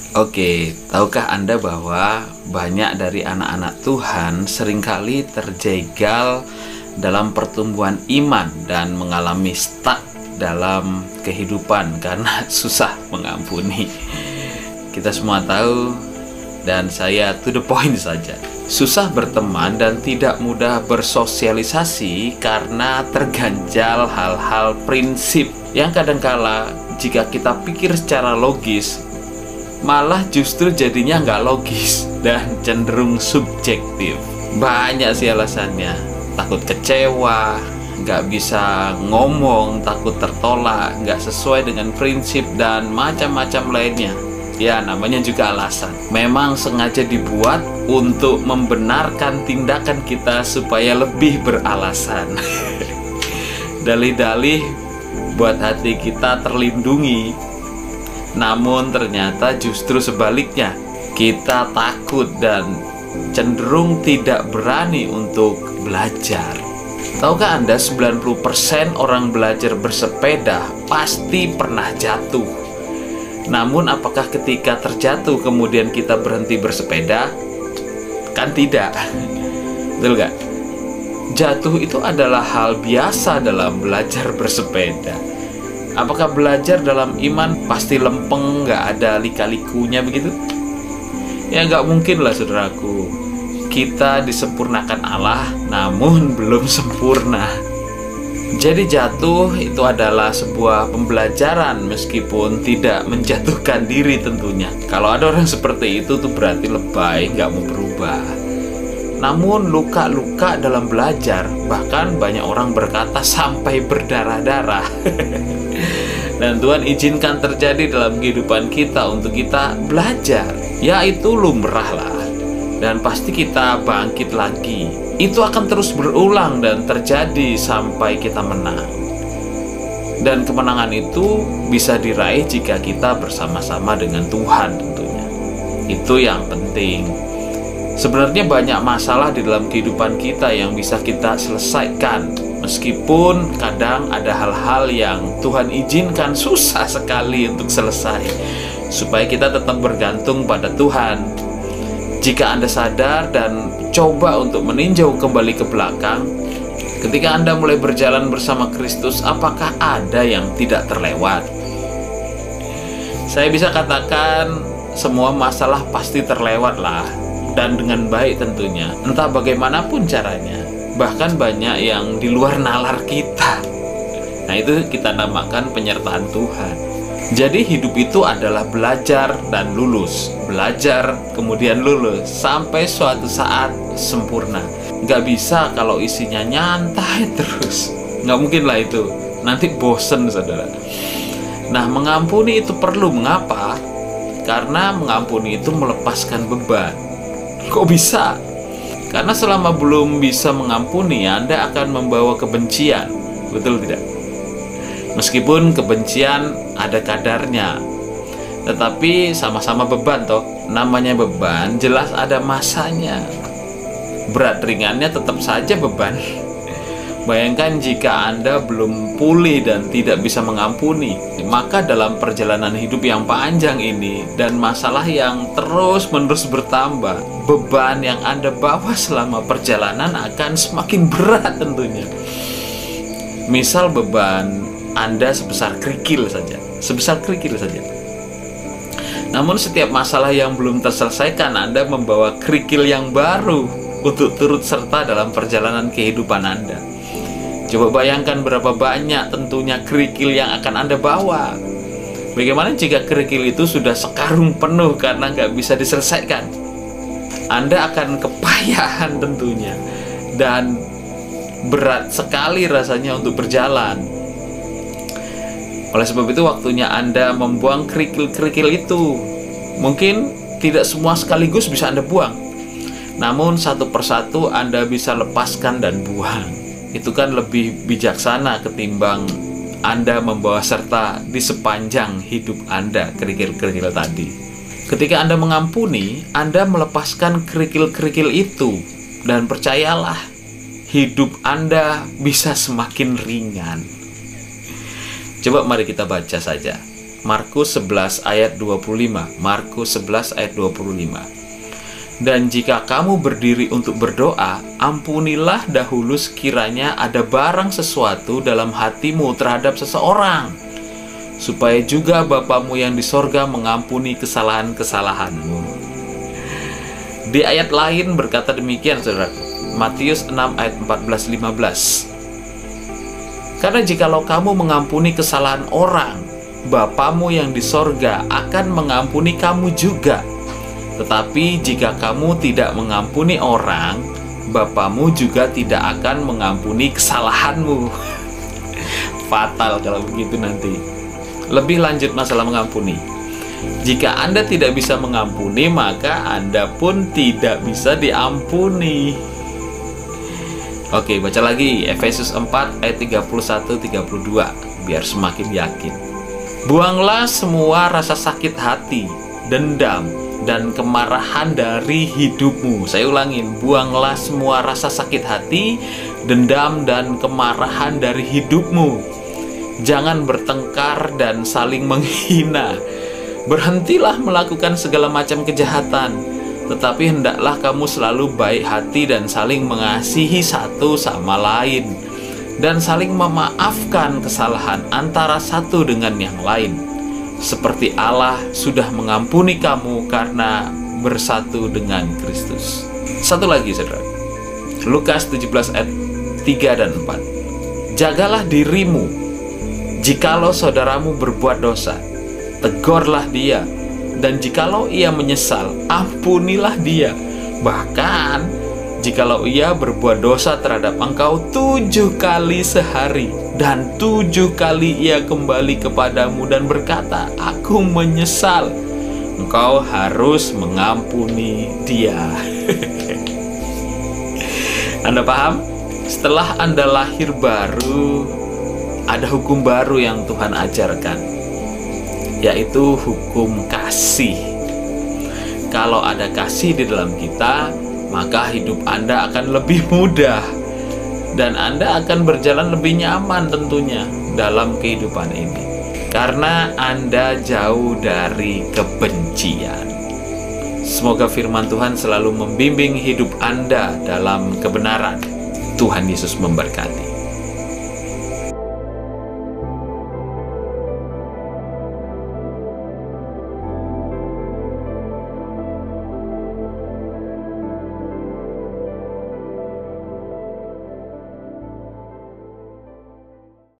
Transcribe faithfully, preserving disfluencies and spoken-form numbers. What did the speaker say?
Oke, tahukah Anda bahwa banyak dari anak-anak Tuhan seringkali terjegal dalam pertumbuhan iman dan mengalami stuck dalam kehidupan karena susah mengampuni. Kita semua tahu, dan saya to the point saja. Susah berteman dan tidak mudah bersosialisasi karena terganjal hal-hal prinsip yang kadangkala jika kita pikir secara logis malah justru jadinya nggak logis dan cenderung subjektif. Banyak sih alasannya. Takut kecewa, nggak bisa ngomong, takut tertolak, nggak sesuai dengan prinsip, dan macam-macam lainnya. Ya, namanya juga alasan. Memang sengaja dibuat untuk membenarkan tindakan kita supaya lebih beralasan. Dalih-dalih buat hati kita terlindungi. Namun ternyata justru sebaliknya, kita takut dan cenderung tidak berani untuk belajar. Tahukah Anda, sembilan puluh persen orang belajar bersepeda pasti pernah jatuh. Namun apakah ketika terjatuh kemudian kita berhenti bersepeda? Kan tidak. Betul gak? Jatuh itu adalah hal biasa dalam belajar bersepeda. Apakah belajar dalam iman pasti lempeng, nggak ada lika-likunya begitu? Ya nggak mungkin lah saudaraku. Kita disempurnakan Allah, namun belum sempurna. Jadi jatuh itu adalah sebuah pembelajaran meskipun tidak menjatuhkan diri tentunya. Kalau ada orang seperti itu tuh berarti lebay, nggak mau berubah. Namun luka-luka dalam belajar, bahkan banyak orang berkata sampai berdarah-darah. Dan Tuhan izinkan terjadi dalam kehidupan kita untuk kita belajar. Ya itu lumrah lah. Dan pasti kita bangkit lagi. Itu akan terus berulang dan terjadi sampai kita menang. Dan kemenangan itu bisa diraih jika kita bersama-sama dengan Tuhan tentunya. Itu yang penting. Sebenarnya banyak masalah di dalam kehidupan kita yang bisa kita selesaikan. Meskipun kadang ada hal-hal yang Tuhan izinkan susah sekali untuk selesai, supaya kita tetap bergantung pada Tuhan. Jika Anda sadar dan coba untuk meninjau kembali ke belakang, ketika Anda mulai berjalan bersama Kristus, apakah ada yang tidak terlewat? Saya bisa katakan semua masalah pasti terlewat lah, dan dengan baik tentunya, entah bagaimanapun caranya. Bahkan banyak yang di luar nalar kita. Nah itu kita namakan penyertaan Tuhan. Jadi hidup itu adalah belajar dan lulus, belajar kemudian lulus sampai suatu saat sempurna. Nggak bisa kalau isinya nyantai terus, nggak mungkin lah itu, nanti bosen saudara. Nah mengampuni itu perlu, mengapa? Karena mengampuni itu melepaskan beban. Kok bisa? Karena selama belum bisa mengampuni, Anda akan membawa kebencian. Betul tidak? Meskipun kebencian ada kadarnya, tetapi sama-sama beban toh. Namanya beban jelas ada masanya. Berat ringannya tetap saja beban. Bayangkan jika Anda belum pulih dan tidak bisa mengampuni, maka dalam perjalanan hidup yang panjang ini dan masalah yang terus-menerus bertambah, beban yang Anda bawa selama perjalanan akan semakin berat tentunya. Misal beban Anda sebesar kerikil saja, sebesar kerikil saja. Namun setiap masalah yang belum terselesaikan, Anda membawa kerikil yang baru untuk turut serta dalam perjalanan kehidupan Anda. Coba bayangkan berapa banyak tentunya kerikil yang akan Anda bawa. Bagaimana jika kerikil itu sudah sekarung penuh karena nggak bisa diselesaikan? Anda akan kepayahan tentunya. Dan berat sekali rasanya untuk berjalan. Oleh sebab itu waktunya Anda membuang kerikil-kerikil itu. Mungkin tidak semua sekaligus bisa Anda buang. Namun satu persatu Anda bisa lepaskan dan buang. Itu kan lebih bijaksana ketimbang Anda membawa serta di sepanjang hidup Anda kerikil-kerikil tadi. Ketika Anda mengampuni, Anda melepaskan kerikil-kerikil itu. Dan percayalah, hidup Anda bisa semakin ringan. Coba mari kita baca saja. Markus sebelas ayat dua puluh lima. Markus sebelas ayat dua puluh lima. Dan jika kamu berdiri untuk berdoa, ampunilah dahulu sekiranya ada barang sesuatu dalam hatimu terhadap seseorang, supaya juga Bapamu yang di sorga mengampuni kesalahan-kesalahanmu. Di ayat lain berkata demikian, saudara. Matius enam ayat empat belas lima belas. Karena jikalau kamu mengampuni kesalahan orang, Bapamu yang di sorga akan mengampuni kamu juga. Tetapi jika kamu tidak mengampuni orang, Bapamu juga tidak akan mengampuni kesalahanmu. Fatal kalau begitu nanti. Lebih lanjut masalah mengampuni. Jika Anda tidak bisa mengampuni, maka Anda pun tidak bisa diampuni. Oke, baca lagi Efesus empat ayat tiga puluh satu tiga puluh dua biar semakin yakin. Buanglah semua rasa sakit hati, dendam, dan kemarahan dari hidupmu. Saya ulangin, buanglah semua rasa sakit hati, dendam, dan kemarahan dari hidupmu. Jangan bertengkar dan saling menghina. Berhentilah melakukan segala macam kejahatan, tetapi hendaklah kamu selalu baik hati dan saling mengasihi satu sama lain, dan saling memaafkan kesalahan antara satu dengan yang lain, seperti Allah sudah mengampuni kamu karena bersatu dengan Kristus. Satu lagi, saudara. Lukas tujuh belas ayat tiga dan empat. Jagalah dirimu. Jikalau saudaramu berbuat dosa, tegurlah dia, dan jikalau ia menyesal, ampunilah dia. Bahkan jikalau ia berbuat dosa terhadap engkau tujuh kali sehari, dan tujuh kali ia kembali kepadamu dan berkata, aku menyesal, engkau harus mengampuni dia. Anda paham? Setelah Anda lahir baru, ada hukum baru yang Tuhan ajarkan, yaitu hukum kasih. Kalau ada kasih di dalam kita, maka hidup Anda akan lebih mudah, dan Anda akan berjalan lebih nyaman tentunya dalam kehidupan ini, karena Anda jauh dari kebencian. Semoga firman Tuhan selalu membimbing hidup Anda dalam kebenaran. Tuhan Yesus memberkati.